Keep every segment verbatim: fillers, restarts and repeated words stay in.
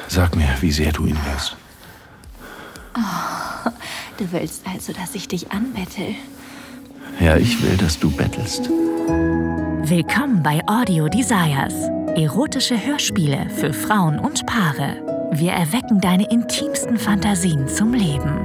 Sag mir, wie sehr du ihn willst. Oh, du willst also, dass ich dich anbettel? Ja, ich will, dass du bettelst. Willkommen bei Audio Desires. Erotische Hörspiele für Frauen und Paare. Wir erwecken deine intimsten Fantasien zum Leben.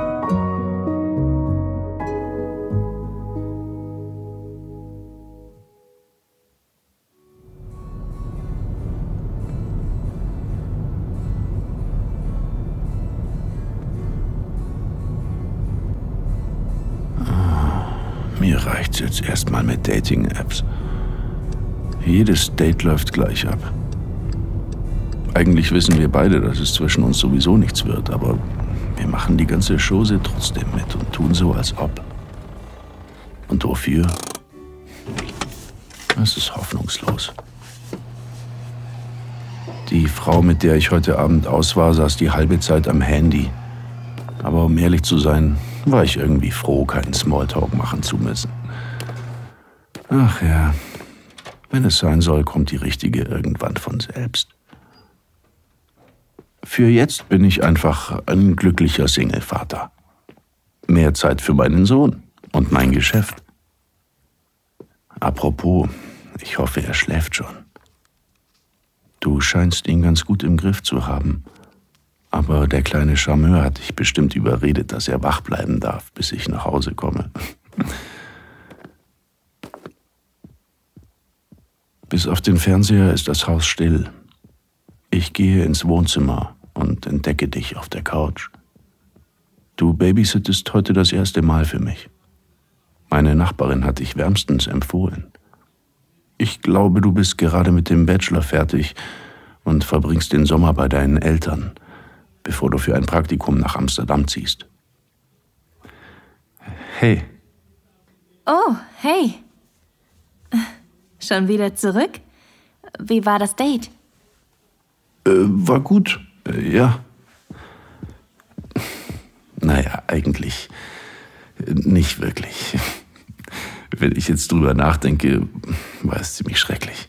Mir reicht's jetzt erstmal mit Dating-Apps. Jedes Date läuft gleich ab. Eigentlich wissen wir beide, dass es zwischen uns sowieso nichts wird, aber wir machen die ganze Chose trotzdem mit und tun so, als ob. Und wofür? Es ist hoffnungslos. Die Frau, mit der ich heute Abend aus war, saß die halbe Zeit am Handy. Aber um ehrlich zu sein, war ich irgendwie froh, keinen Smalltalk machen zu müssen. Ach ja, wenn es sein soll, kommt die richtige irgendwann von selbst. Für jetzt bin ich einfach ein glücklicher Single-Vater. Mehr Zeit für meinen Sohn und mein Geschäft. Apropos, ich hoffe, er schläft schon. Du scheinst ihn ganz gut im Griff zu haben. Aber der kleine Charmeur hat dich bestimmt überredet, dass er wach bleiben darf, bis ich nach Hause komme. Bis auf den Fernseher ist das Haus still. Ich gehe ins Wohnzimmer und entdecke dich auf der Couch. Du babysittest heute das erste Mal für mich. Meine Nachbarin hat dich wärmstens empfohlen. Ich glaube, du bist gerade mit dem Bachelor fertig und verbringst den Sommer bei deinen Eltern, bevor du für ein Praktikum nach Amsterdam ziehst. Hey. Oh, hey. Schon wieder zurück? Wie war das Date? Äh, war gut, äh, ja. Naja, eigentlich nicht wirklich. Wenn ich jetzt drüber nachdenke, war es ziemlich schrecklich.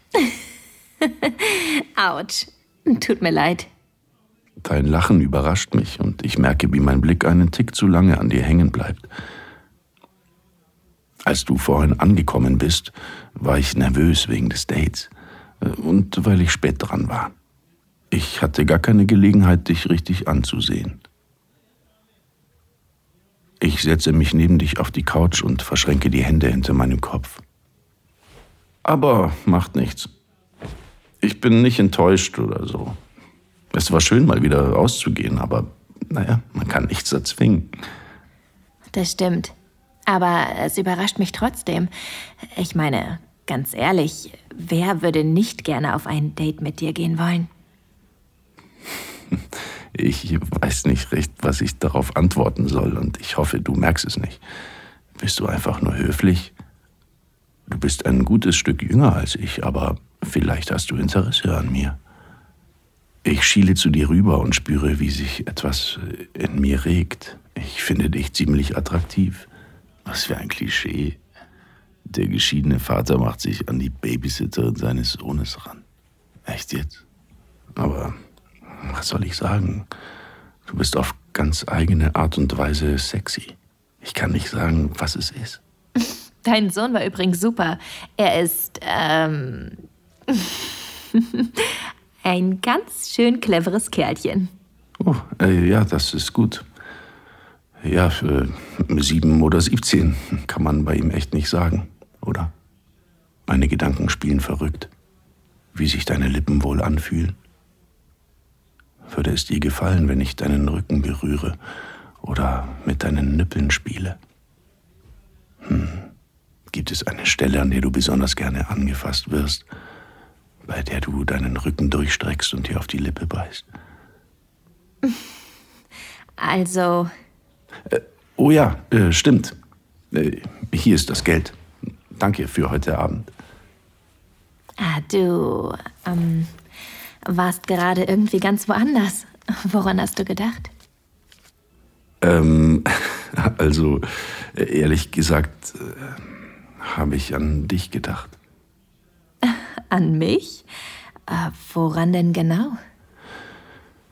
Autsch. Tut mir leid. Dein Lachen überrascht mich und ich merke, wie mein Blick einen Tick zu lange an dir hängen bleibt. Als du vorhin angekommen bist, war ich nervös wegen des Dates und weil ich spät dran war. Ich hatte gar keine Gelegenheit, dich richtig anzusehen. Ich setze mich neben dich auf die Couch und verschränke die Hände hinter meinem Kopf. Aber macht nichts. Ich bin nicht enttäuscht oder so. Es war schön, mal wieder rauszugehen, aber naja, man kann nichts erzwingen. Das stimmt. Aber es überrascht mich trotzdem. Ich meine, ganz ehrlich, wer würde nicht gerne auf ein Date mit dir gehen wollen? Ich weiß nicht recht, was ich darauf antworten soll und ich hoffe, du merkst es nicht. Bist du einfach nur höflich? Du bist ein gutes Stück jünger als ich, aber vielleicht hast du Interesse an mir. Ich schiele zu dir rüber und spüre, wie sich etwas in mir regt. Ich finde dich ziemlich attraktiv. Was für ein Klischee. Der geschiedene Vater macht sich an die Babysitterin seines Sohnes ran. Echt jetzt? Aber was soll ich sagen? Du bist auf ganz eigene Art und Weise sexy. Ich kann nicht sagen, was es ist. Dein Sohn war übrigens super. Er ist, ähm... ein ganz schön cleveres Kerlchen. Oh, äh, ja, das ist gut. Ja, für sieben oder siebzehn kann man bei ihm echt nicht sagen, oder? Meine Gedanken spielen verrückt. Wie sich deine Lippen wohl anfühlen. Würde es dir gefallen, wenn ich deinen Rücken berühre oder mit deinen Nippeln spiele? Hm. Gibt es eine Stelle, an der du besonders gerne angefasst wirst, bei der du deinen Rücken durchstreckst und dir auf die Lippe beißt? Also... Äh, oh ja, äh, stimmt. Äh, hier ist das Geld. Danke für heute Abend. Ah, du, ähm, warst gerade irgendwie ganz woanders. Woran hast du gedacht? Ähm, also, ehrlich gesagt, äh, habe ich an dich gedacht. An mich? Äh, woran denn genau?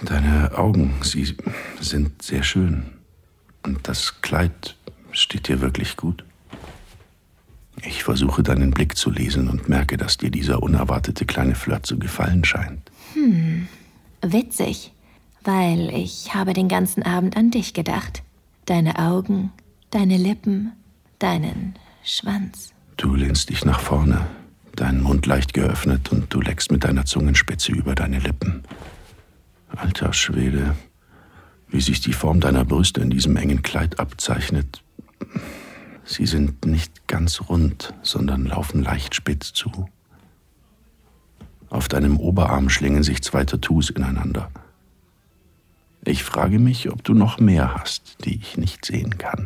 Deine Augen, sie sind sehr schön. Und das Kleid steht dir wirklich gut. Ich versuche deinen Blick zu lesen und merke, dass dir dieser unerwartete kleine Flirt zu gefallen scheint. Hm, witzig, weil ich habe den ganzen Abend an dich gedacht. Deine Augen, deine Lippen, deinen Schwanz. Du lehnst dich nach vorne, deinen Mund leicht geöffnet und du leckst mit deiner Zungenspitze über deine Lippen. Alter Schwede, wie sich die Form deiner Brüste in diesem engen Kleid abzeichnet. Sie sind nicht ganz rund, sondern laufen leicht spitz zu. Auf deinem Oberarm schlingen sich zwei Tattoos ineinander. Ich frage mich, ob du noch mehr hast, die ich nicht sehen kann.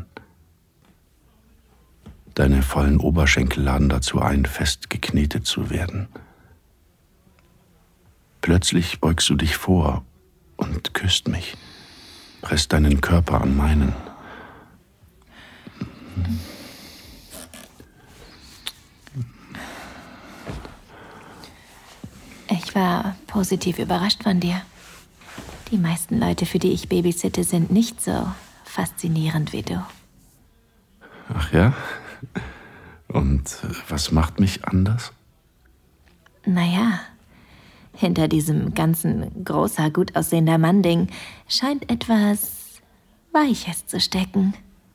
Deine vollen Oberschenkel laden dazu ein, fest geknetet zu werden. Plötzlich beugst du dich vor und küsst mich, presst deinen Körper an meinen. Ich war positiv überrascht von dir. Die meisten Leute, für die ich babysitte, sind nicht so faszinierend wie du. Ach ja? Und was macht mich anders? Naja, hinter diesem ganzen großer, gut aussehender Mann-Ding scheint etwas Weiches zu stecken.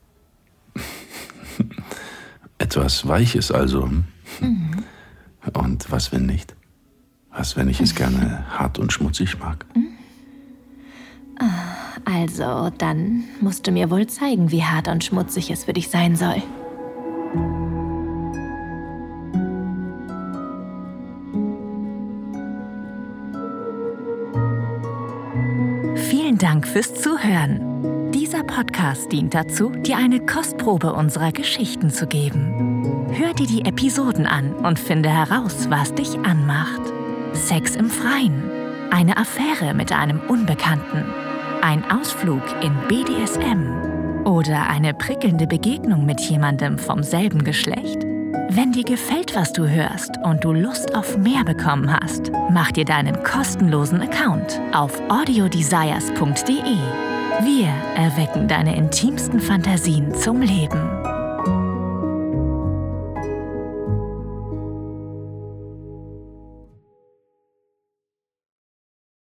Etwas Weiches also? Mhm. Und was, wenn nicht? Was, wenn ich es gerne hart und schmutzig mag? Also, dann musst du mir wohl zeigen, wie hart und schmutzig es für dich sein soll. Vielen Dank fürs Zuhören. Dieser Podcast dient dazu, dir eine Kostprobe unserer Geschichten zu geben. Hör dir die Episoden an und finde heraus, was dich anmacht. Sex im Freien, eine Affäre mit einem Unbekannten, ein Ausflug in B D S M oder eine prickelnde Begegnung mit jemandem vom selben Geschlecht? Wenn dir gefällt, was du hörst und du Lust auf mehr bekommen hast, mach dir deinen kostenlosen Account auf audiodesires punkt de. Wir erwecken deine intimsten Fantasien zum Leben.